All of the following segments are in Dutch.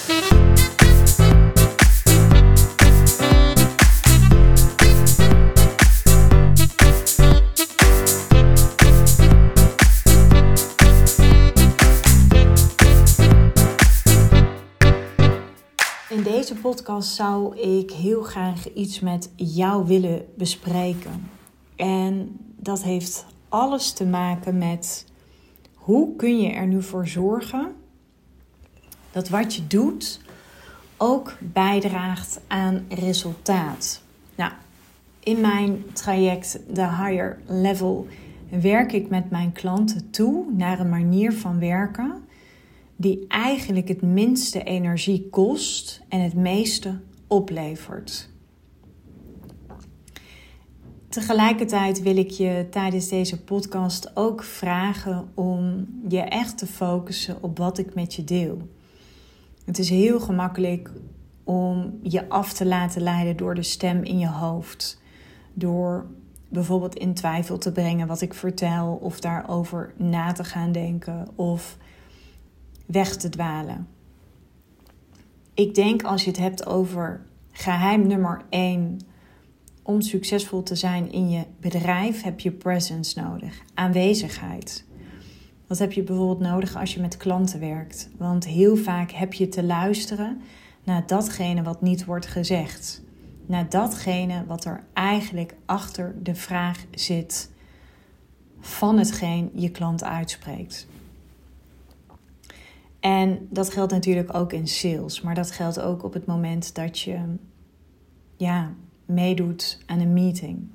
In deze podcast zou ik heel graag iets met jou willen bespreken. En dat heeft alles te maken met hoe kun je er nu voor zorgen dat wat je doet ook bijdraagt aan resultaat. Nou, in mijn traject The Higher Level werk ik met mijn klanten toe naar een manier van werken die eigenlijk het minste energie kost en het meeste oplevert. Tegelijkertijd wil ik je tijdens deze podcast ook vragen om je echt te focussen op wat ik met je deel. Het is heel gemakkelijk om je af te laten leiden door de stem in je hoofd. Door bijvoorbeeld in twijfel te brengen wat ik vertel of daarover na te gaan denken of weg te dwalen. Ik denk als je het hebt over geheim nummer 1 om succesvol te zijn in je bedrijf, heb je presence nodig, aanwezigheid. Dat heb je bijvoorbeeld nodig als je met klanten werkt. Want heel vaak heb je te luisteren naar datgene wat niet wordt gezegd. Naar datgene wat er eigenlijk achter de vraag zit van hetgeen je klant uitspreekt. En dat geldt natuurlijk ook in sales. Maar dat geldt ook op het moment dat je meedoet aan een meeting.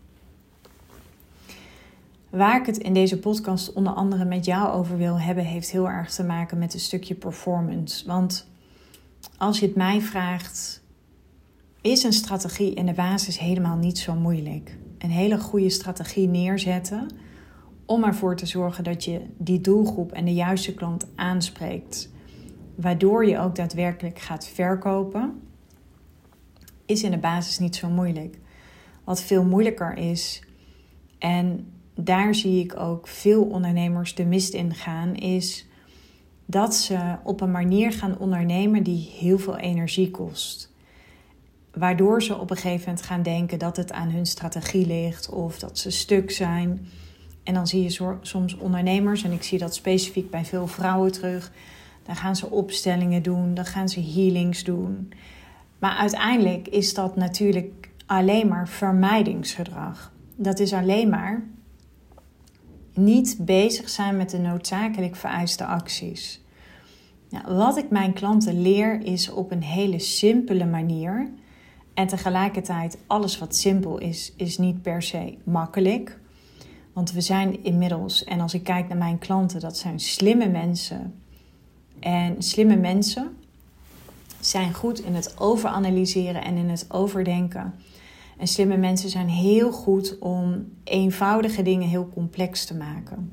Waar ik het in deze podcast onder andere met jou over wil hebben, heeft heel erg te maken met een stukje performance. Want als je het mij vraagt, is een strategie in de basis helemaal niet zo moeilijk. Een hele goede strategie neerzetten om ervoor te zorgen dat je die doelgroep en de juiste klant aanspreekt, waardoor je ook daadwerkelijk gaat verkopen, is in de basis niet zo moeilijk. Wat veel moeilijker is, en daar zie ik ook veel ondernemers de mist in gaan, is dat ze op een manier gaan ondernemen die heel veel energie kost. Waardoor ze op een gegeven moment gaan denken dat het aan hun strategie ligt of dat ze stuk zijn. En dan zie je soms ondernemers, en ik zie dat specifiek bij veel vrouwen terug, dan gaan ze opstellingen doen, dan gaan ze healings doen. Maar uiteindelijk is dat natuurlijk alleen maar vermijdingsgedrag. Dat is alleen maar niet bezig zijn met de noodzakelijk vereiste acties. Nou, wat ik mijn klanten leer is op een hele simpele manier. En tegelijkertijd alles wat simpel is niet per se makkelijk. Want we zijn inmiddels, en als ik kijk naar mijn klanten, dat zijn slimme mensen. En slimme mensen zijn goed in het overanalyseren en in het overdenken. En slimme mensen zijn heel goed om eenvoudige dingen heel complex te maken.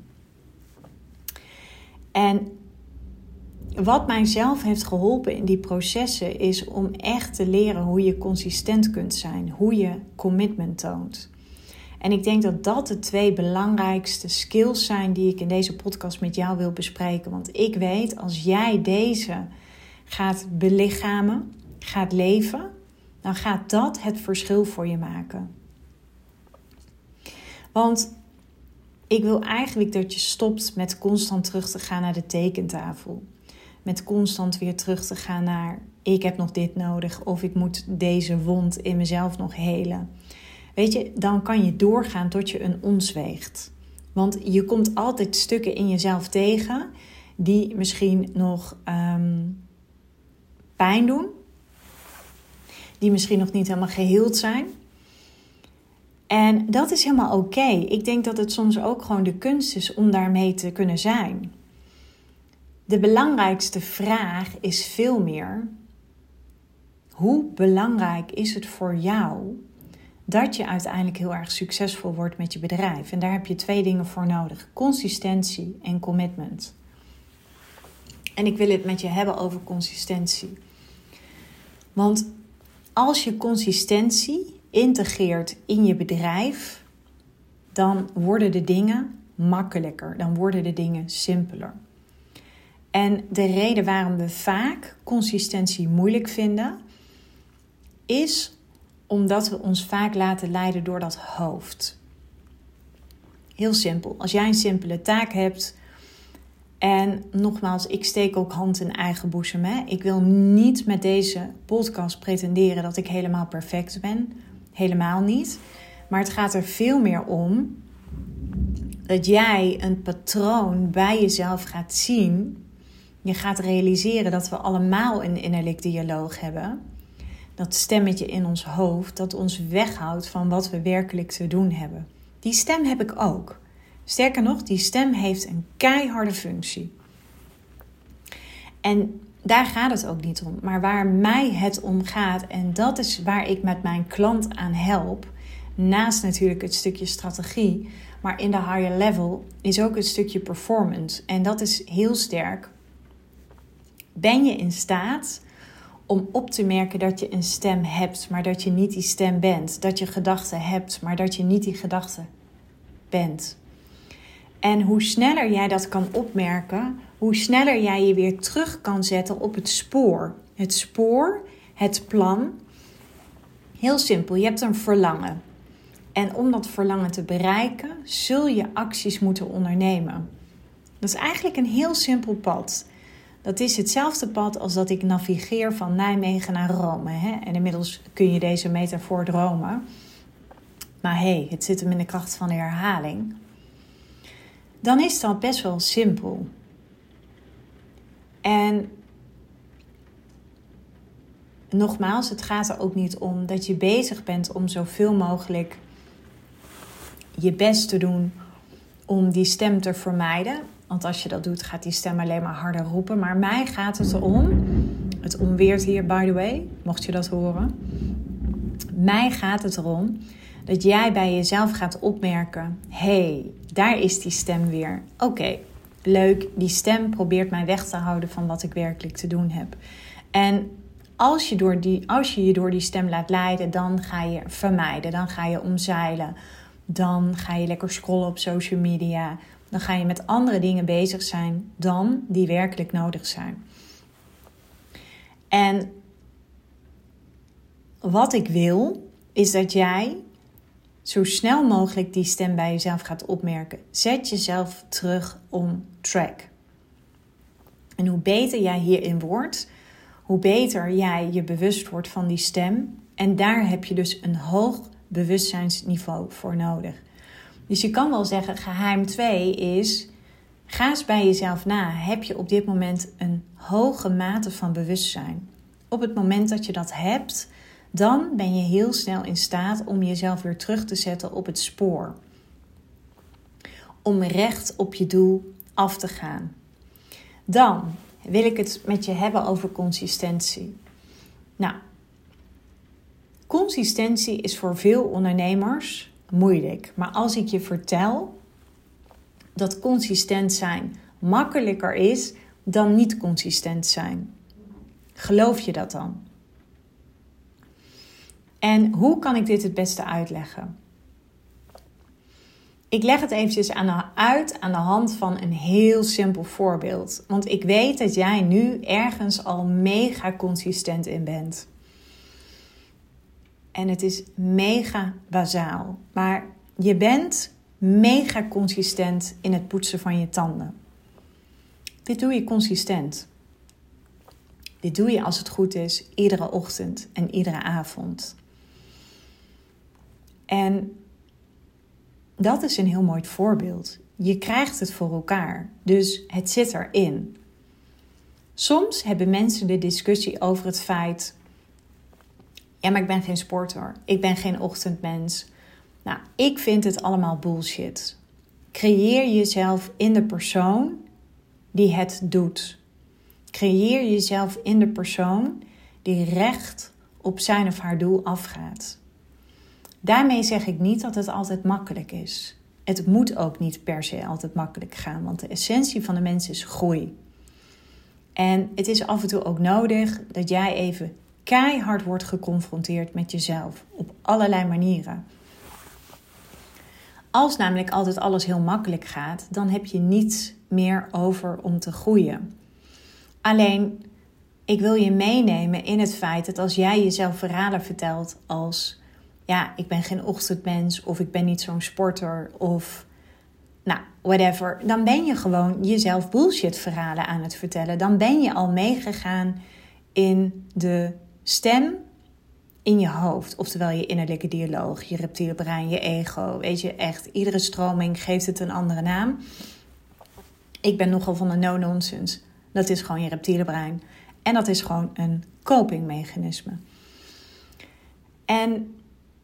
En wat mijzelf heeft geholpen in die processen is om echt te leren hoe je consistent kunt zijn. Hoe je commitment toont. En ik denk dat dat de 2 belangrijkste skills zijn die ik in deze podcast met jou wil bespreken. Want ik weet, als jij deze gaat belichamen, gaat leven, dan gaat dat het verschil voor je maken. Want ik wil eigenlijk dat je stopt met constant terug te gaan naar de tekentafel. Met constant weer terug te gaan naar, ik heb nog dit nodig of ik moet deze wond in mezelf nog helen. Weet je, dan kan je doorgaan tot je een ons weegt. Want je komt altijd stukken in jezelf tegen die misschien nog pijn doen. Die misschien nog niet helemaal geheeld zijn. En dat is helemaal oké. Ik denk dat het soms ook gewoon de kunst is om daarmee te kunnen zijn. De belangrijkste vraag is veel meer: hoe belangrijk is het voor jou dat je uiteindelijk heel erg succesvol wordt met je bedrijf? En daar heb je 2 dingen voor nodig: consistentie en commitment. En ik wil het met je hebben over consistentie. Want als je consistentie integreert in je bedrijf, dan worden de dingen makkelijker. Dan worden de dingen simpeler. En de reden waarom we vaak consistentie moeilijk vinden, is omdat we ons vaak laten leiden door dat hoofd. Heel simpel. Als jij een simpele taak hebt, en nogmaals, ik steek ook hand in eigen boezem. Ik wil niet met deze podcast pretenderen dat ik helemaal perfect ben. Helemaal niet. Maar het gaat er veel meer om dat jij een patroon bij jezelf gaat zien. Je gaat realiseren dat we allemaal een innerlijk dialoog hebben. Dat stemmetje in ons hoofd dat ons weghoudt van wat we werkelijk te doen hebben. Die stem heb ik ook. Sterker nog, die stem heeft een keiharde functie. En daar gaat het ook niet om. Maar waar mij het om gaat, en dat is waar ik met mijn klant aan help, naast natuurlijk het stukje strategie, maar in de higher level is ook het stukje performance. En dat is heel sterk. Ben je in staat om op te merken dat je een stem hebt, maar dat je niet die stem bent? Dat je gedachten hebt, maar dat je niet die gedachten bent? En hoe sneller jij dat kan opmerken, hoe sneller jij je weer terug kan zetten op het spoor. Het spoor, het plan. Heel simpel, je hebt een verlangen. En om dat verlangen te bereiken, zul je acties moeten ondernemen. Dat is eigenlijk een heel simpel pad. Dat is hetzelfde pad als dat ik navigeer van Nijmegen naar Rome. En inmiddels kun je deze metafoor dromen. Maar het zit hem in de kracht van de herhaling. Dan is dat best wel simpel. En nogmaals, het gaat er ook niet om dat je bezig bent om zoveel mogelijk je best te doen om die stem te vermijden. Want als je dat doet, gaat die stem alleen maar harder roepen. Maar mij gaat het erom, het onweert hier by the way, mocht je dat horen. Mij gaat het erom dat jij bij jezelf gaat opmerken, daar is die stem weer. Oké, leuk, die stem probeert mij weg te houden van wat ik werkelijk te doen heb. En als je je door die stem laat leiden, dan ga je vermijden, dan ga je omzeilen. Dan ga je lekker scrollen op social media. Dan ga je met andere dingen bezig zijn dan die werkelijk nodig zijn. En wat ik wil, is dat jij zo snel mogelijk die stem bij jezelf gaat opmerken. Zet jezelf terug on track. En hoe beter jij hierin wordt, hoe beter jij je bewust wordt van die stem. En daar heb je dus een hoog bewustzijnsniveau voor nodig. Dus je kan wel zeggen, geheim 2 is, ga eens bij jezelf na. Heb je op dit moment een hoge mate van bewustzijn? Op het moment dat je dat hebt, dan ben je heel snel in staat om jezelf weer terug te zetten op het spoor. Om recht op je doel af te gaan. Dan wil ik het met je hebben over consistentie. Nou, consistentie is voor veel ondernemers moeilijk. Maar als ik je vertel dat consistent zijn makkelijker is dan niet consistent zijn, geloof je dat dan? En hoe kan ik dit het beste uitleggen? Ik leg het eventjes uit aan de hand van een heel simpel voorbeeld. Want ik weet dat jij nu ergens al mega consistent in bent. En het is mega bazaal. Maar je bent mega consistent in het poetsen van je tanden. Dit doe je consistent. Dit doe je als het goed is iedere ochtend en iedere avond. En dat is een heel mooi voorbeeld. Je krijgt het voor elkaar. Dus het zit erin. Soms hebben mensen de discussie over het feit, ja, maar ik ben geen sporter. Ik ben geen ochtendmens. Nou, ik vind het allemaal bullshit. Creëer jezelf in de persoon die het doet. Creëer jezelf in de persoon die recht op zijn of haar doel afgaat. Daarmee zeg ik niet dat het altijd makkelijk is. Het moet ook niet per se altijd makkelijk gaan, want de essentie van de mens is groei. En het is af en toe ook nodig dat jij even keihard wordt geconfronteerd met jezelf op allerlei manieren. Als namelijk altijd alles heel makkelijk gaat, dan heb je niets meer over om te groeien. Alleen, ik wil je meenemen in het feit dat als jij jezelf verhalen vertelt als... ja, ik ben geen ochtendmens of ik ben niet zo'n sporter of... nou, whatever. Dan ben je gewoon jezelf bullshit verhalen aan het vertellen. Dan ben je al meegegaan in de stem in je hoofd. Oftewel je innerlijke dialoog, je reptiele brein, je ego. Weet je, echt, iedere stroming geeft het een andere naam. Ik ben nogal van de no-nonsense. Dat is gewoon je reptiele brein. En dat is gewoon een copingmechanisme. En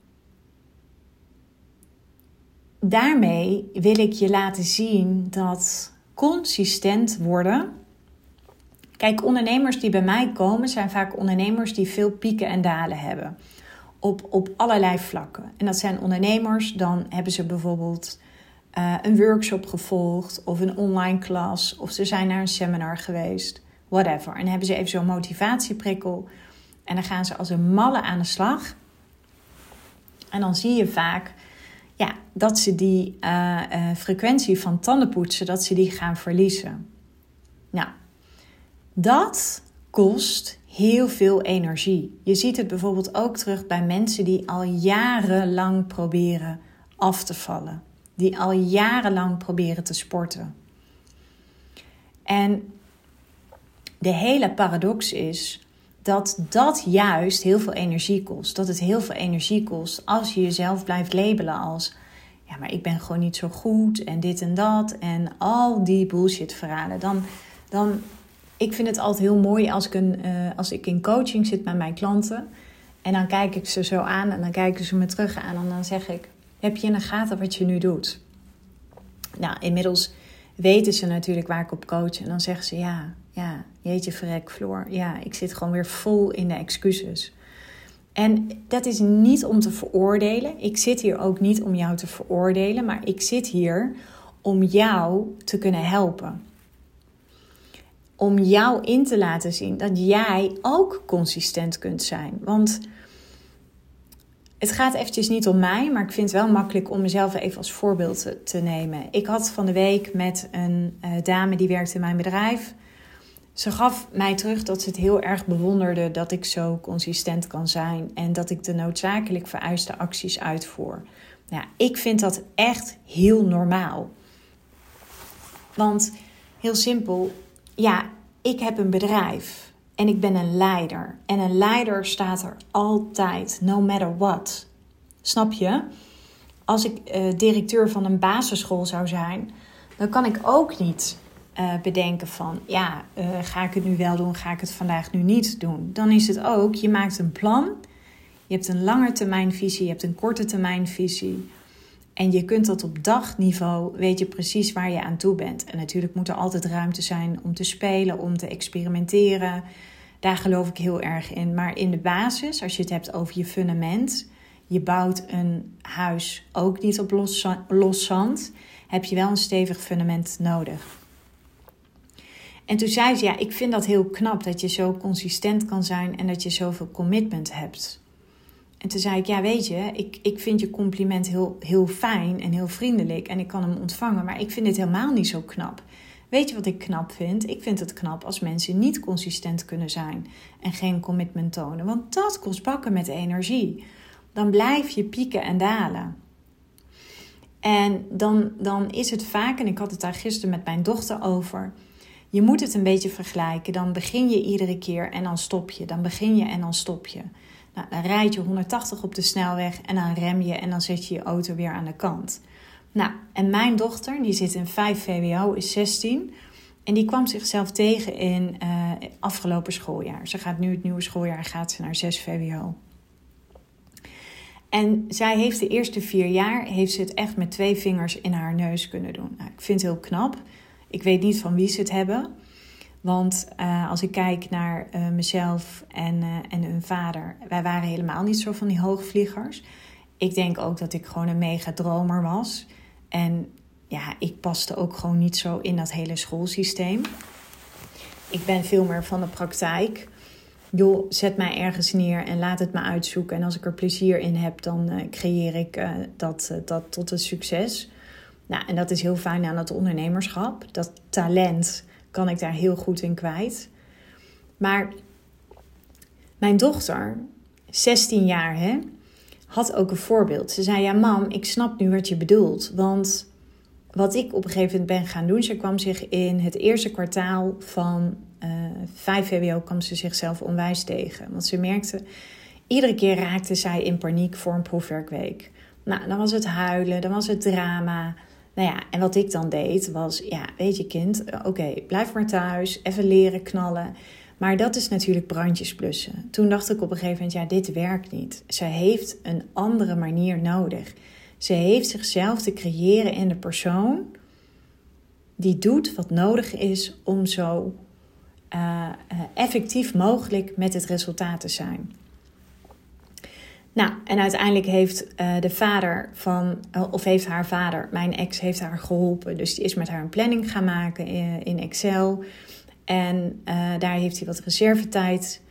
daarmee wil ik je laten zien dat consistent worden... Kijk, ondernemers die bij mij komen zijn vaak ondernemers die veel pieken en dalen hebben. Op allerlei vlakken. En dat zijn ondernemers, dan hebben ze bijvoorbeeld een workshop gevolgd of een online klas. Of ze zijn naar een seminar geweest, whatever. En dan hebben ze even zo'n motivatieprikkel. En dan gaan ze als een malle aan de slag. En dan zie je vaak dat ze die frequentie van tandenpoetsen, dat ze die gaan verliezen. Nou, dat kost heel veel energie. Je ziet het bijvoorbeeld ook terug bij mensen die al jarenlang proberen af te vallen. Die al jarenlang proberen te sporten. En de hele paradox is dat juist heel veel energie kost. Dat het heel veel energie kost als je jezelf blijft labelen als... ja, maar ik ben gewoon niet zo goed en dit en dat en al die bullshit verhalen. Dan ik vind het altijd heel mooi als ik in coaching zit met mijn klanten. En dan kijk ik ze zo aan en dan kijken ze me terug aan. En dan zeg ik, heb je in de gaten wat je nu doet? Nou, inmiddels weten ze natuurlijk waar ik op coach. En dan zeggen ze, ja, jeetje verrek Floor. Ja, ik zit gewoon weer vol in de excuses. En dat is niet om te veroordelen. Ik zit hier ook niet om jou te veroordelen. Maar ik zit hier om jou te kunnen helpen. Om jou in te laten zien dat jij ook consistent kunt zijn. Want het gaat eventjes niet om mij, maar ik vind het wel makkelijk om mezelf even als voorbeeld te nemen. Ik had van de week met een dame die werkte in mijn bedrijf. Ze gaf mij terug dat ze het heel erg bewonderde dat ik zo consistent kan zijn. En dat ik de noodzakelijk vereiste acties uitvoer. Nou, ik vind dat echt heel normaal. Want heel simpel... ja, ik heb een bedrijf en ik ben een leider. En een leider staat er altijd, no matter what. Snap je? Als ik directeur van een basisschool zou zijn, dan kan ik ook niet bedenken van... ga ik het nu wel doen, ga ik het vandaag nu niet doen? Dan is het ook, je maakt een plan, je hebt een langetermijnvisie, je hebt een kortetermijnvisie... En je kunt dat op dagniveau, weet je precies waar je aan toe bent. En natuurlijk moet er altijd ruimte zijn om te spelen, om te experimenteren. Daar geloof ik heel erg in. Maar in de basis, als je het hebt over je fundament... je bouwt een huis ook niet op los zand... heb je wel een stevig fundament nodig. En toen zei ze, ik vind dat heel knap dat je zo consistent kan zijn... en dat je zoveel commitment hebt... En toen zei ik, weet je, ik vind je compliment heel, heel fijn en heel vriendelijk. En ik kan hem ontvangen, maar ik vind dit helemaal niet zo knap. Weet je wat ik knap vind? Ik vind het knap als mensen niet consistent kunnen zijn en geen commitment tonen. Want dat kost bakken met energie. Dan blijf je pieken en dalen. En dan is het vaak, en ik had het daar gisteren met mijn dochter over... je moet het een beetje vergelijken. Dan begin je iedere keer en dan stop je. Dan begin je en dan stop je. Nou, dan rijd je 180 op de snelweg en dan rem je en dan zet je je auto weer aan de kant. Nou, en mijn dochter, die zit in 5 VWO, is 16. En die kwam zichzelf tegen in afgelopen schooljaar. Ze gaat nu het nieuwe schooljaar, gaat ze naar 6 VWO. En zij heeft de eerste 4 jaar, heeft ze het echt met 2 vingers in haar neus kunnen doen. Nou, ik vind het heel knap. Ik weet niet van wie ze het hebben. Want als ik kijk naar mezelf en hun vader... wij waren helemaal niet zo van die hoogvliegers. Ik denk ook dat ik gewoon een mega dromer was. En ik paste ook gewoon niet zo in dat hele schoolsysteem. Ik ben veel meer van de praktijk. Joh, zet mij ergens neer en laat het me uitzoeken. En als ik er plezier in heb, dan creëer ik dat tot een succes. Nou, en dat is heel fijn aan het ondernemerschap. Dat talent... kan ik daar heel goed in kwijt. Maar mijn dochter, 16 jaar, had ook een voorbeeld. Ze zei, ja mam, ik snap nu wat je bedoelt. Want wat ik op een gegeven moment ben gaan doen, ze kwam zich in het eerste kwartaal van 5 VWO kwam ze zichzelf onwijs tegen. Want ze merkte, iedere keer raakte zij in paniek voor een proefwerkweek. Nou, dan was het huilen, dan was het drama. Nou ja, en wat ik dan deed was, ja, weet je kind, oké, blijf maar thuis, even leren knallen. Maar dat is natuurlijk brandjes blussen. Toen dacht ik op een gegeven moment, ja, dit werkt niet. Ze heeft een andere manier nodig. Ze heeft zichzelf te creëren in de persoon die doet wat nodig is om zo effectief mogelijk met het resultaat te zijn. Nou, en uiteindelijk heeft heeft haar vader, mijn ex, heeft haar geholpen. Dus die is met haar een planning gaan maken in Excel. En daar heeft hij wat reservetijd,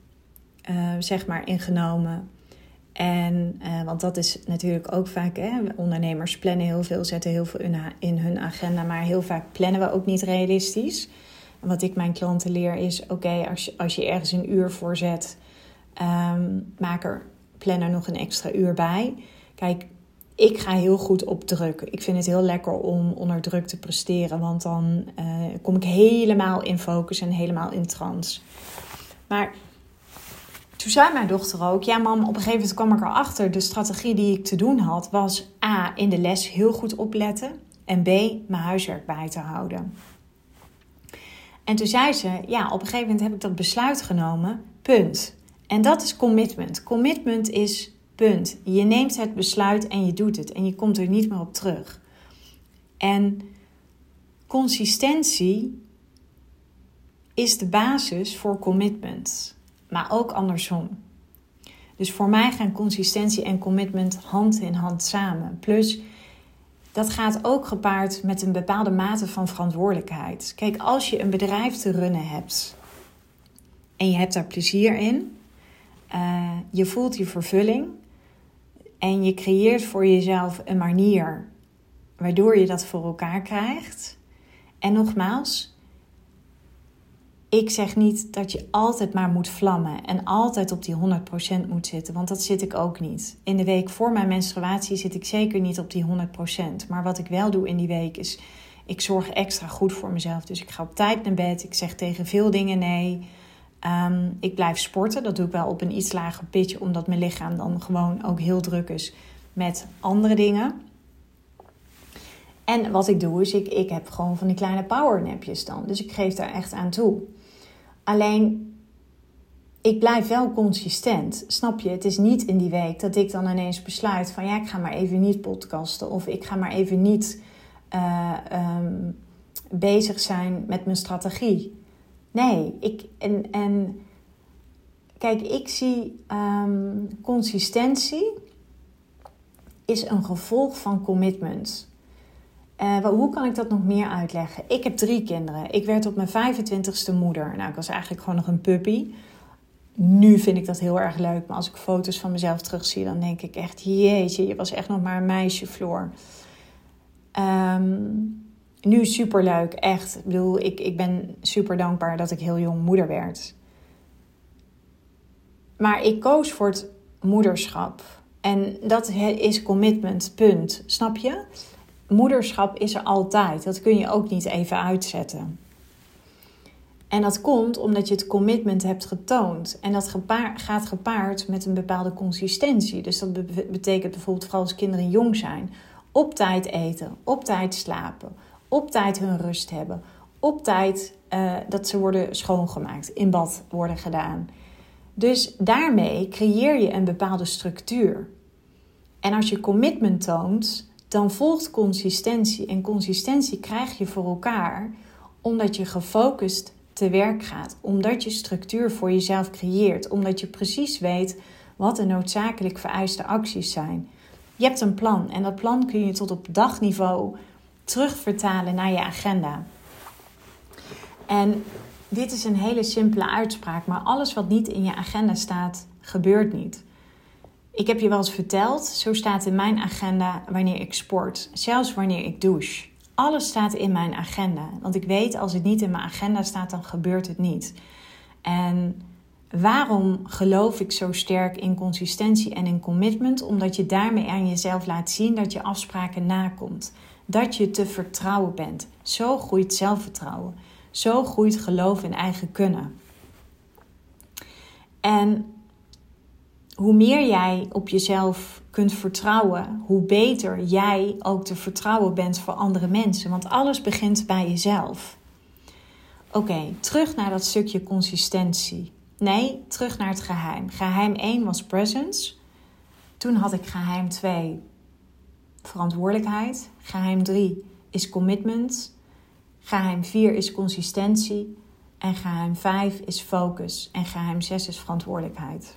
ingenomen. En, want dat is natuurlijk ook vaak, ondernemers plannen heel veel, zetten heel veel in hun agenda. Maar heel vaak plannen we ook niet realistisch. En wat ik mijn klanten leer is, als je ergens een uur voor zet, plan er nog een extra uur bij. Kijk, ik ga heel goed op druk. Ik vind het heel lekker om onder druk te presteren. Want dan kom ik helemaal in focus en helemaal in trance. Maar toen zei mijn dochter ook, ja mam, op een gegeven moment kwam ik erachter. De strategie die ik te doen had was A, in de les heel goed opletten. En B, mijn huiswerk bij te houden. En toen zei ze, ja, op een gegeven moment heb ik dat besluit genomen, punt. En dat is commitment. Commitment is punt. Je neemt het besluit en je doet het. En je komt er niet meer op terug. En consistentie is de basis voor commitment. Maar ook andersom. Dus voor mij gaan consistentie en commitment hand in hand samen. Plus, dat gaat ook gepaard met een bepaalde mate van verantwoordelijkheid. Kijk, als je een bedrijf te runnen hebt en je hebt daar plezier in, je voelt je vervulling en je creëert voor jezelf een manier waardoor je dat voor elkaar krijgt. En nogmaals, ik zeg niet dat je altijd maar moet vlammen en altijd op die 100% moet zitten, want dat zit ik ook niet. In de week voor mijn menstruatie zit ik zeker niet op die 100%. Maar wat ik wel doe in die week is, ik zorg extra goed voor mezelf. Dus ik ga op tijd naar bed, ik zeg tegen veel dingen nee. Ik blijf sporten, dat doe ik wel op een iets lager pitje, omdat mijn lichaam dan gewoon ook heel druk is met andere dingen. En wat ik doe is, ik heb gewoon van die kleine powernapjes dan. Dus ik geef daar echt aan toe. Alleen, ik blijf wel consistent. Snap je? Het is niet in die week dat ik dan ineens besluit van, ja, ik ga maar even niet podcasten. Of ik ga maar even niet bezig zijn met mijn strategie. Nee, kijk, ik zie consistentie is een gevolg van commitment. Hoe kan ik dat nog meer uitleggen? Ik heb 3 kinderen. Ik werd op mijn 25ste moeder. Nou, ik was eigenlijk gewoon nog een puppy. Nu vind ik dat heel erg leuk. Maar als ik foto's van mezelf terugzie, dan denk ik echt, jeetje, je was echt nog maar een meisje, Floor. Nu superleuk, echt. Ik bedoel, ik ben super dankbaar dat ik heel jong moeder werd. Maar ik koos voor het moederschap. En dat is commitment, punt. Snap je? Moederschap is er altijd. Dat kun je ook niet even uitzetten. En dat komt omdat je het commitment hebt getoond. En dat gaat gepaard met een bepaalde consistentie. Dus dat betekent bijvoorbeeld, vooral als kinderen jong zijn, op tijd eten, op tijd slapen, op tijd hun rust hebben, op tijd dat ze worden schoongemaakt, in bad worden gedaan. Dus daarmee creëer je een bepaalde structuur. En als je commitment toont, dan volgt consistentie. En consistentie krijg je voor elkaar omdat je gefocust te werk gaat. Omdat je structuur voor jezelf creëert. Omdat je precies weet wat de noodzakelijk vereiste acties zijn. Je hebt een plan en dat plan kun je tot op dagniveau terugvertalen naar je agenda. En dit is een hele simpele uitspraak, maar alles wat niet in je agenda staat, gebeurt niet. Ik heb je wel eens verteld, zo staat in mijn agenda wanneer ik sport, zelfs wanneer ik douche. Alles staat in mijn agenda, want ik weet als het niet in mijn agenda staat, dan gebeurt het niet. En waarom geloof ik zo sterk in consistentie en in commitment? Omdat je daarmee aan jezelf laat zien dat je afspraken nakomt. Dat je te vertrouwen bent. Zo groeit zelfvertrouwen. Zo groeit geloof in eigen kunnen. En hoe meer jij op jezelf kunt vertrouwen, hoe beter jij ook te vertrouwen bent voor andere mensen. Want alles begint bij jezelf. Oké, terug naar dat stukje consistentie. Nee, terug naar het geheim. Geheim 1 was presence. Toen had ik geheim 2 verantwoordelijkheid. Geheim 3 is commitment. Geheim 4 is consistentie. En geheim 5 is focus. En geheim 6 is verantwoordelijkheid.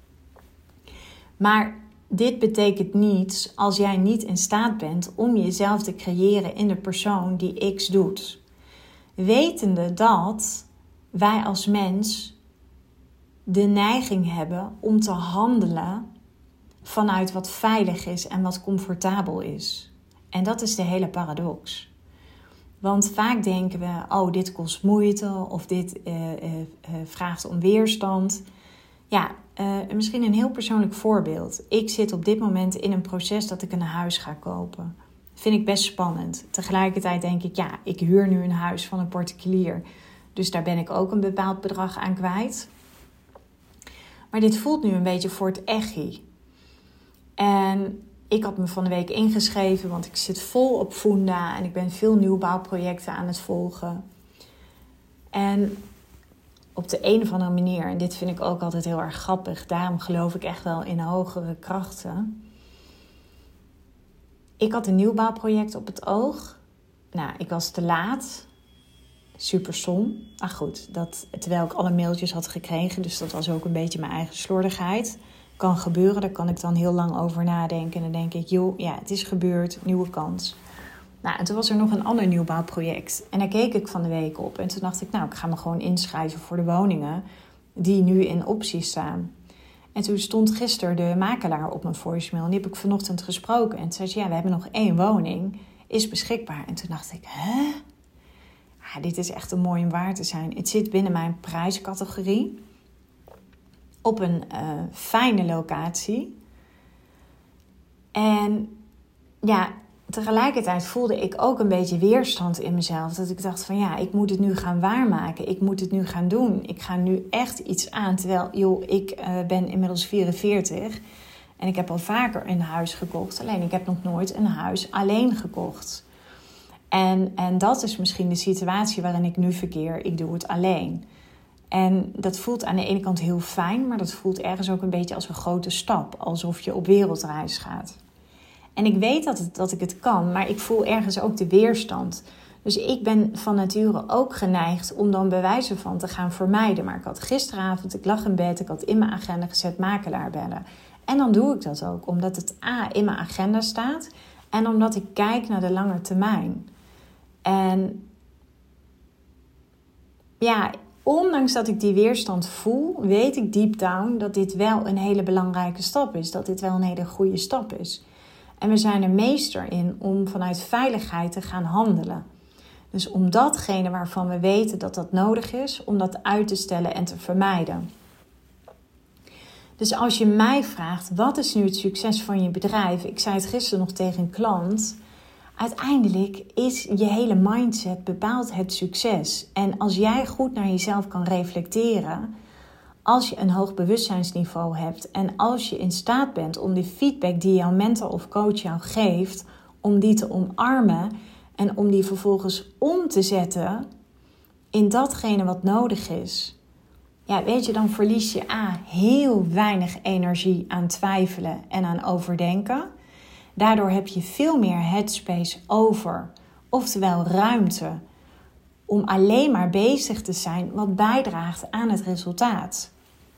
Maar dit betekent niets als jij niet in staat bent om jezelf te creëren in de persoon die X doet. Wetende dat wij als mens de neiging hebben om te handelen vanuit wat veilig is en wat comfortabel is. En dat is de hele paradox. Want vaak denken we, oh, dit kost moeite of dit vraagt om weerstand. Ja, misschien een heel persoonlijk voorbeeld. Ik zit op dit moment in een proces dat ik een huis ga kopen. Vind ik best spannend. Tegelijkertijd denk ik, ja, ik huur nu een huis van een particulier. Dus daar ben ik ook een bepaald bedrag aan kwijt. Maar dit voelt nu een beetje voor het echi. En ik had me van de week ingeschreven, want ik zit vol op Funda en ik ben veel nieuwbouwprojecten aan het volgen. En op de een of andere manier, en dit vind ik ook altijd heel erg grappig, daarom geloof ik echt wel in hogere krachten. Ik had een nieuwbouwproject op het oog. Nou, ik was te laat. Super som. Ach goed, terwijl ik alle mailtjes had gekregen, dus dat was ook een beetje mijn eigen slordigheid. Kan gebeuren, daar kan ik dan heel lang over nadenken. En dan denk ik, joh, ja, het is gebeurd, nieuwe kans. Nou, en toen was er nog een ander nieuwbouwproject. En daar keek ik van de week op. En toen dacht ik, nou, ik ga me gewoon inschrijven voor de woningen die nu in optie staan. En toen stond gisteren de makelaar op mijn voicemail. En die heb ik vanochtend gesproken. En toen zei ze, ja, we hebben nog 1 woning, is beschikbaar. En toen dacht ik, hè? Ja, dit is echt een mooi om waar te zijn. Het zit binnen mijn prijscategorie. Op een fijne locatie. En ja, tegelijkertijd voelde ik ook een beetje weerstand in mezelf. Dat ik dacht van ja, ik moet het nu gaan waarmaken. Ik moet het nu gaan doen. Ik ga nu echt iets aan. Terwijl, joh, ik ben inmiddels 44. En ik heb al vaker een huis gekocht. Alleen ik heb nog nooit een huis alleen gekocht. En dat is misschien de situatie waarin ik nu verkeer. Ik doe het alleen. En dat voelt aan de ene kant heel fijn, maar dat voelt ergens ook een beetje als een grote stap. Alsof je op wereldreis gaat. En ik weet dat ik het kan, maar ik voel ergens ook de weerstand. Dus ik ben van nature ook geneigd om dan bewijzen van te gaan vermijden. Maar ik had gisteravond, ik lag in bed, ik had in mijn agenda gezet makelaar bellen. En dan doe ik dat ook, omdat het in mijn agenda staat. En omdat ik kijk naar de lange termijn. En ja, ondanks dat ik die weerstand voel, weet ik deep down dat dit wel een hele belangrijke stap is. Dat dit wel een hele goede stap is. En we zijn er meester in om vanuit veiligheid te gaan handelen. Dus om datgene waarvan we weten dat dat nodig is, om dat uit te stellen en te vermijden. Dus als je mij vraagt, wat is nu het succes van je bedrijf? Ik zei het gisteren nog tegen een klant. Uiteindelijk is je hele mindset bepaalt het succes. En als jij goed naar jezelf kan reflecteren, als je een hoog bewustzijnsniveau hebt en als je in staat bent om die feedback die jouw mentor of coach jou geeft, om die te omarmen en om die vervolgens om te zetten in datgene wat nodig is. Ja, weet je, dan verlies je heel weinig energie aan twijfelen en aan overdenken. Daardoor heb je veel meer headspace over, oftewel ruimte, om alleen maar bezig te zijn wat bijdraagt aan het resultaat.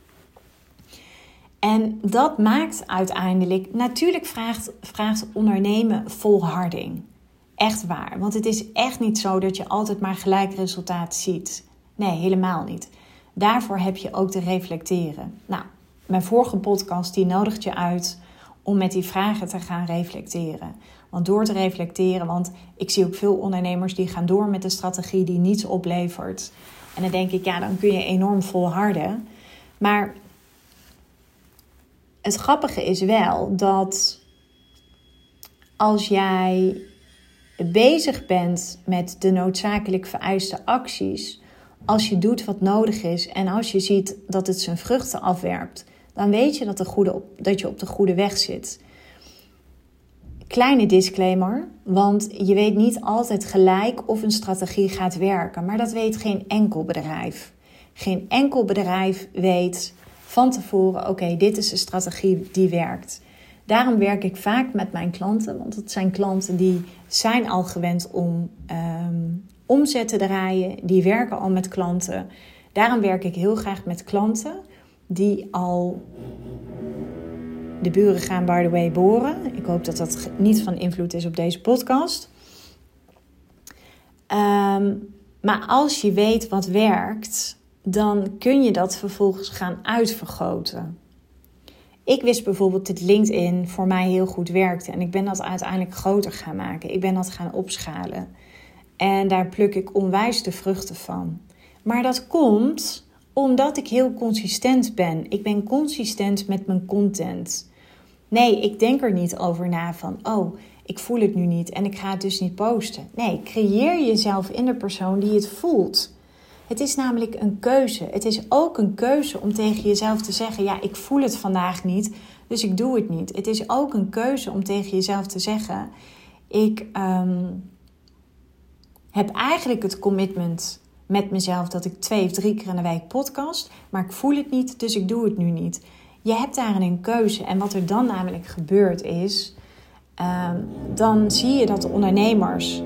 En dat maakt uiteindelijk, natuurlijk vraagt ondernemen volharding. Echt waar, want het is echt niet zo dat je altijd maar gelijk resultaat ziet. Nee, helemaal niet. Daarvoor heb je ook te reflecteren. Nou, mijn vorige podcast die nodigt je uit om met die vragen te gaan reflecteren. Want door te reflecteren, want ik zie ook veel ondernemers die gaan door met een strategie die niets oplevert. En dan denk ik, ja, dan kun je enorm volharden. Maar het grappige is wel dat als jij bezig bent met de noodzakelijk vereiste acties, als je doet wat nodig is en als je ziet dat het zijn vruchten afwerpt, dan weet je dat je op de goede weg zit. Kleine disclaimer, want je weet niet altijd gelijk of een strategie gaat werken, maar dat weet geen enkel bedrijf. Geen enkel bedrijf weet van tevoren, oké, dit is de strategie die werkt. Daarom werk ik vaak met mijn klanten, want het zijn klanten die zijn al gewend om omzet te draaien. Die werken al met klanten. Daarom werk ik heel graag met klanten die al... De buren gaan, by the way, boren. Ik hoop dat dat niet van invloed is op deze podcast. Maar als je weet wat werkt, dan kun je dat vervolgens gaan uitvergroten. Ik wist bijvoorbeeld dat LinkedIn voor mij heel goed werkte. En ik ben dat uiteindelijk groter gaan maken. Ik ben dat gaan opschalen. En daar pluk ik onwijs de vruchten van. Maar dat komt omdat ik heel consistent ben. Ik ben consistent met mijn content. Nee, ik denk er niet over na van, ik voel het nu niet en ik ga het dus niet posten. Nee, creëer jezelf in de persoon die het voelt. Het is namelijk een keuze. Het is ook een keuze om tegen jezelf te zeggen, ja, ik voel het vandaag niet, dus ik doe het niet. Het is ook een keuze om tegen jezelf te zeggen, ik heb eigenlijk het commitment met mezelf dat ik 2 of 3 keer in de week podcast, maar ik voel het niet, dus ik doe het nu niet. Je hebt daarin een keuze. En wat er dan namelijk gebeurt is, dan zie je dat de ondernemers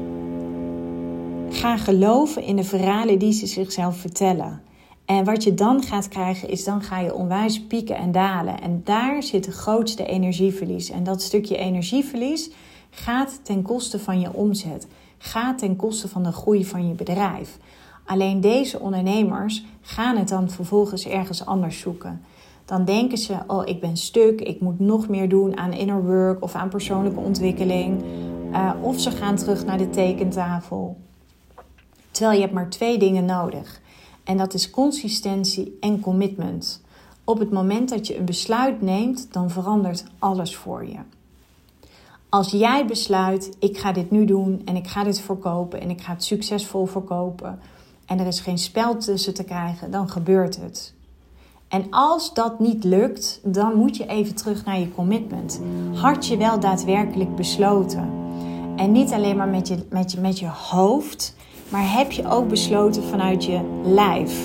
gaan geloven in de verhalen die ze zichzelf vertellen. En wat je dan gaat krijgen is, dan ga je onwijs pieken en dalen. En daar zit de grootste energieverlies. En dat stukje energieverlies gaat ten koste van je omzet. Gaat ten koste van de groei van je bedrijf. Alleen deze ondernemers gaan het dan vervolgens ergens anders zoeken. Dan denken ze, ik ben stuk, ik moet nog meer doen aan inner work of aan persoonlijke ontwikkeling. Of ze gaan terug naar de tekentafel. Terwijl je hebt maar 2 dingen nodig. En dat is consistentie en commitment. Op het moment dat je een besluit neemt, dan verandert alles voor je. Als jij besluit, ik ga dit nu doen en ik ga dit verkopen en ik ga het succesvol verkopen. En er is geen spel tussen te krijgen, dan gebeurt het. En als dat niet lukt, dan moet je even terug naar je commitment. Had je wel daadwerkelijk besloten? En niet alleen maar met je hoofd, maar heb je ook besloten vanuit je lijf?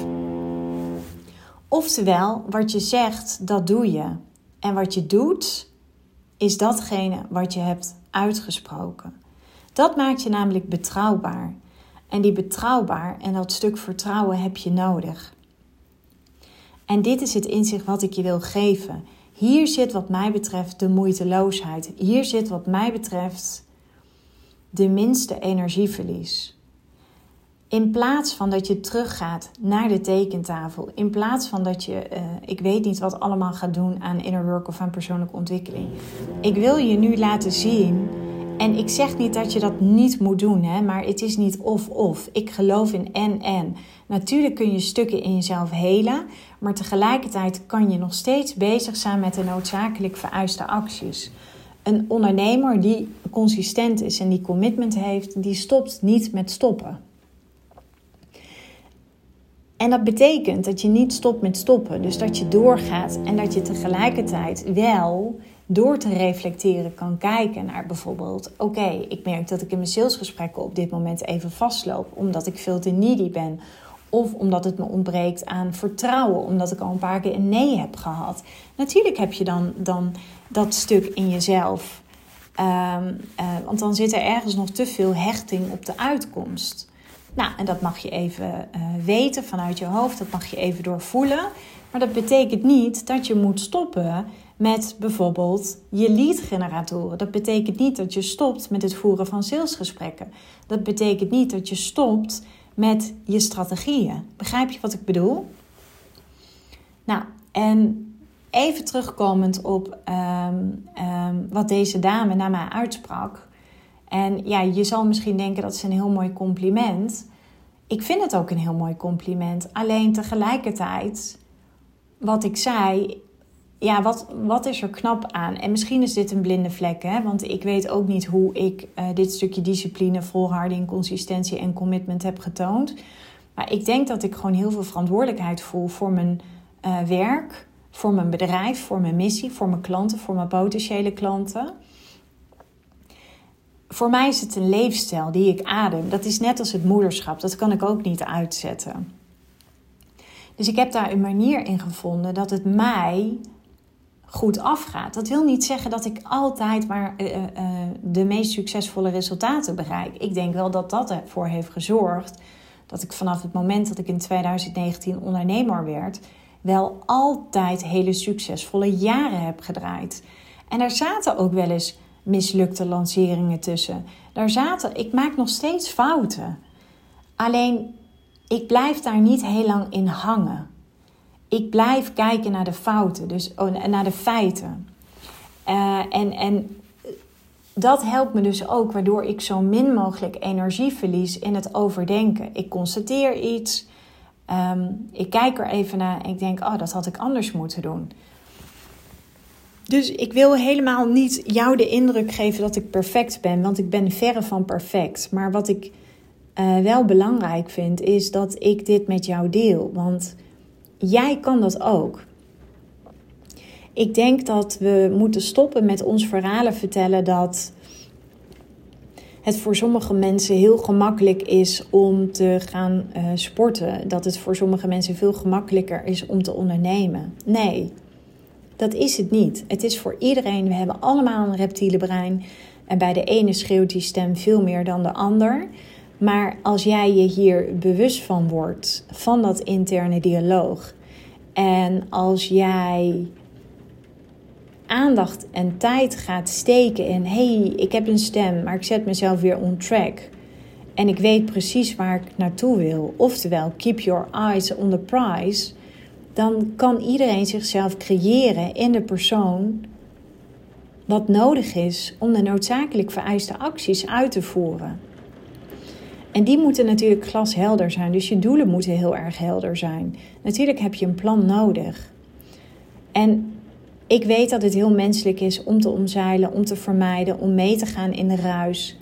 Oftewel, wat je zegt, dat doe je. En wat je doet, is datgene wat je hebt uitgesproken. Dat maakt je namelijk betrouwbaar. En die betrouwbaar en dat stuk vertrouwen heb je nodig. En dit is het inzicht wat ik je wil geven. Hier zit wat mij betreft de moeiteloosheid. Hier zit wat mij betreft de minste energieverlies. In plaats van dat je teruggaat naar de tekentafel. In plaats van dat je, ik weet niet wat allemaal gaat doen aan inner work of aan persoonlijke ontwikkeling. Ik wil je nu laten zien. En ik zeg niet dat je dat niet moet doen, hè, maar het is niet of-of. Ik geloof in en. Natuurlijk kun je stukken in jezelf helen, maar tegelijkertijd kan je nog steeds bezig zijn met de noodzakelijk vereiste acties. Een ondernemer die consistent is en die commitment heeft, die stopt niet met stoppen. En dat betekent dat je niet stopt met stoppen. Dus dat je doorgaat en dat je tegelijkertijd wel door te reflecteren kan kijken naar bijvoorbeeld, ik merk dat ik in mijn salesgesprekken op dit moment even vastloop omdat ik veel te needy ben. Of omdat het me ontbreekt aan vertrouwen, omdat ik al een paar keer een nee heb gehad. Natuurlijk heb je dan dat stuk in jezelf. Want dan zit er ergens nog te veel hechting op de uitkomst. Nou, en dat mag je even weten vanuit je hoofd. Dat mag je even doorvoelen. Maar dat betekent niet dat je moet stoppen met bijvoorbeeld je lead-generatoren. Dat betekent niet dat je stopt met het voeren van salesgesprekken. Dat betekent niet dat je stopt met je strategieën. Begrijp je wat ik bedoel? Nou, en even terugkomend op wat deze dame naar mij uitsprak. En ja, je zal misschien denken dat is een heel mooi compliment. ik vind het ook een heel mooi compliment. Alleen tegelijkertijd, wat ik zei, ja, wat is er knap aan? En misschien is dit een blinde vlek, hè? Want ik weet ook niet hoe ik dit stukje discipline, volharding, consistentie en commitment heb getoond. Maar ik denk dat ik gewoon heel veel verantwoordelijkheid voel voor mijn werk, voor mijn bedrijf, voor mijn missie, voor mijn klanten, voor mijn potentiële klanten. Voor mij is het een leefstijl die ik adem. Dat is net als het moederschap. Dat kan ik ook niet uitzetten. Dus ik heb daar een manier in gevonden dat het mij goed afgaat. Dat wil niet zeggen dat ik altijd maar de meest succesvolle resultaten bereik. Ik denk wel dat dat ervoor heeft gezorgd dat ik vanaf het moment dat ik in 2019 ondernemer werd, wel altijd hele succesvolle jaren heb gedraaid. En er zaten ook wel eens mislukte lanceringen tussen. Ik maak nog steeds fouten. Alleen, ik blijf daar niet heel lang in hangen. Ik blijf kijken naar de fouten, dus naar de feiten. En dat helpt me dus ook, waardoor ik zo min mogelijk energie verlies in het overdenken. Ik constateer iets, ik kijk er even naar en ik denk, dat had ik anders moeten doen. Dus ik wil helemaal niet jou de indruk geven dat ik perfect ben, want ik ben verre van perfect. Maar wat ik wel belangrijk vind, is dat ik dit met jou deel, want jij kan dat ook. Ik denk dat we moeten stoppen met ons verhalen vertellen dat het voor sommige mensen heel gemakkelijk is om te gaan sporten. Dat het voor sommige mensen veel gemakkelijker is om te ondernemen. Nee, dat is het niet. Het is voor iedereen. We hebben allemaal een reptiele brein. En bij de ene schreeuwt die stem veel meer dan de ander. Maar als jij je hier bewust van wordt, van dat interne dialoog. En als jij aandacht en tijd gaat steken in, ik heb een stem, maar ik zet mezelf weer on track. En ik weet precies waar ik naartoe wil. Oftewel, keep your eyes on the prize. Dan kan iedereen zichzelf creëren in de persoon wat nodig is om de noodzakelijk vereiste acties uit te voeren. En die moeten natuurlijk glashelder zijn. Dus je doelen moeten heel erg helder zijn. Natuurlijk heb je een plan nodig. En ik weet dat het heel menselijk is om te omzeilen, om te vermijden, om mee te gaan in de ruis.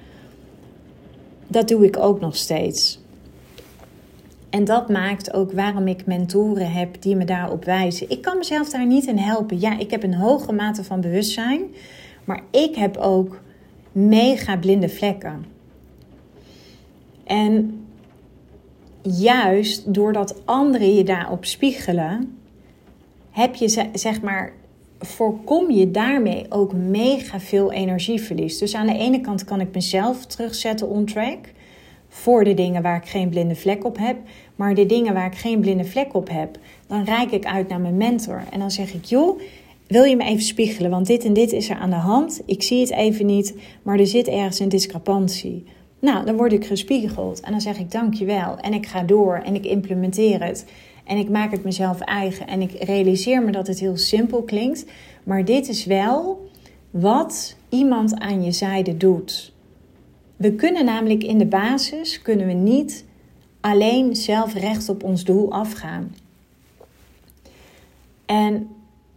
Dat doe ik ook nog steeds. En dat maakt ook waarom ik mentoren heb die me daarop wijzen. Ik kan mezelf daar niet in helpen. Ja, ik heb een hoge mate van bewustzijn. Maar ik heb ook mega blinde vlekken. En juist doordat anderen je daarop spiegelen, voorkom je daarmee ook mega veel energieverlies. Dus aan de ene kant kan ik mezelf terugzetten on track voor de dingen waar ik geen blinde vlek op heb. Maar de dingen waar ik geen blinde vlek op heb, dan reik ik uit naar mijn mentor. En dan zeg ik, joh, wil je me even spiegelen? Want dit en dit is er aan de hand. Ik zie het even niet, maar er zit ergens een discrepantie. Nou, dan word ik gespiegeld en dan zeg ik dankjewel. En ik ga door en ik implementeer het. En ik maak het mezelf eigen. En ik realiseer me dat het heel simpel klinkt. Maar dit is wel wat iemand aan je zijde doet. We kunnen namelijk in de basis niet alleen zelf recht op ons doel afgaan. En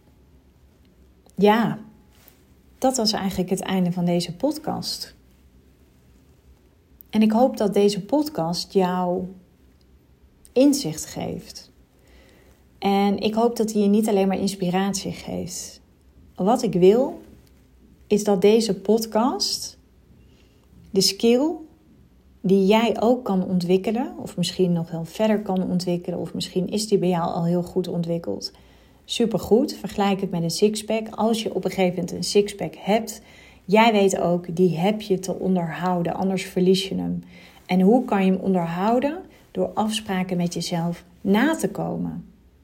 ja, dat was eigenlijk het einde van deze podcast. En ik hoop dat deze podcast jou inzicht geeft. En ik hoop dat hij je niet alleen maar inspiratie geeft. Wat ik wil, is dat deze podcast, de skill die jij ook kan ontwikkelen, of misschien nog wel verder kan ontwikkelen, of misschien is die bij jou al heel goed ontwikkeld. Supergoed, vergelijk het met een sixpack. Als je op een gegeven moment een sixpack hebt, jij weet ook, die heb je te onderhouden, anders verlies je hem. En hoe kan je hem onderhouden? Door afspraken met jezelf na te komen.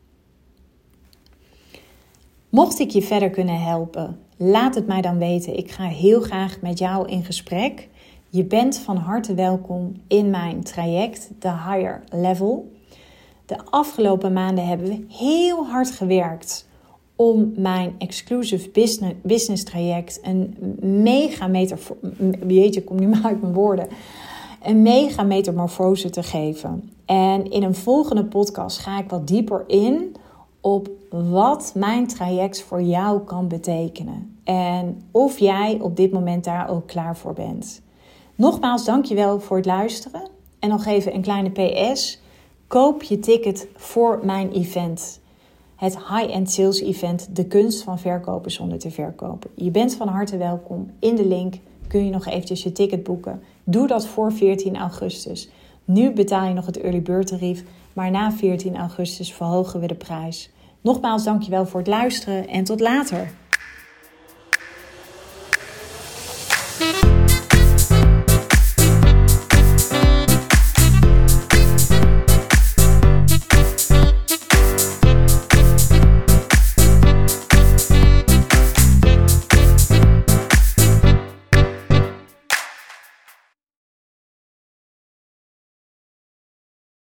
Mocht ik je verder kunnen helpen, laat het mij dan weten. Ik ga heel graag met jou in gesprek. Je bent van harte welkom in mijn traject, The Higher Level. De afgelopen maanden hebben we heel hard gewerkt om mijn exclusive business traject, een mega meter, jeetje, kom niet maar uit mijn woorden, een mega metamorfose te geven. En in een volgende podcast ga ik wat dieper in op wat mijn traject voor jou kan betekenen. En of jij op dit moment daar ook klaar voor bent. Nogmaals, dankjewel voor het luisteren. En nog even een kleine PS. Koop je ticket voor mijn event. Het high-end sales event, de kunst van verkopen zonder te verkopen. Je bent van harte welkom. In de link kun je nog eventjes je ticket boeken. Doe dat voor 14 augustus. Nu betaal je nog het early bird tarief, maar na 14 augustus verhogen we de prijs. Nogmaals, dankjewel voor het luisteren en tot later.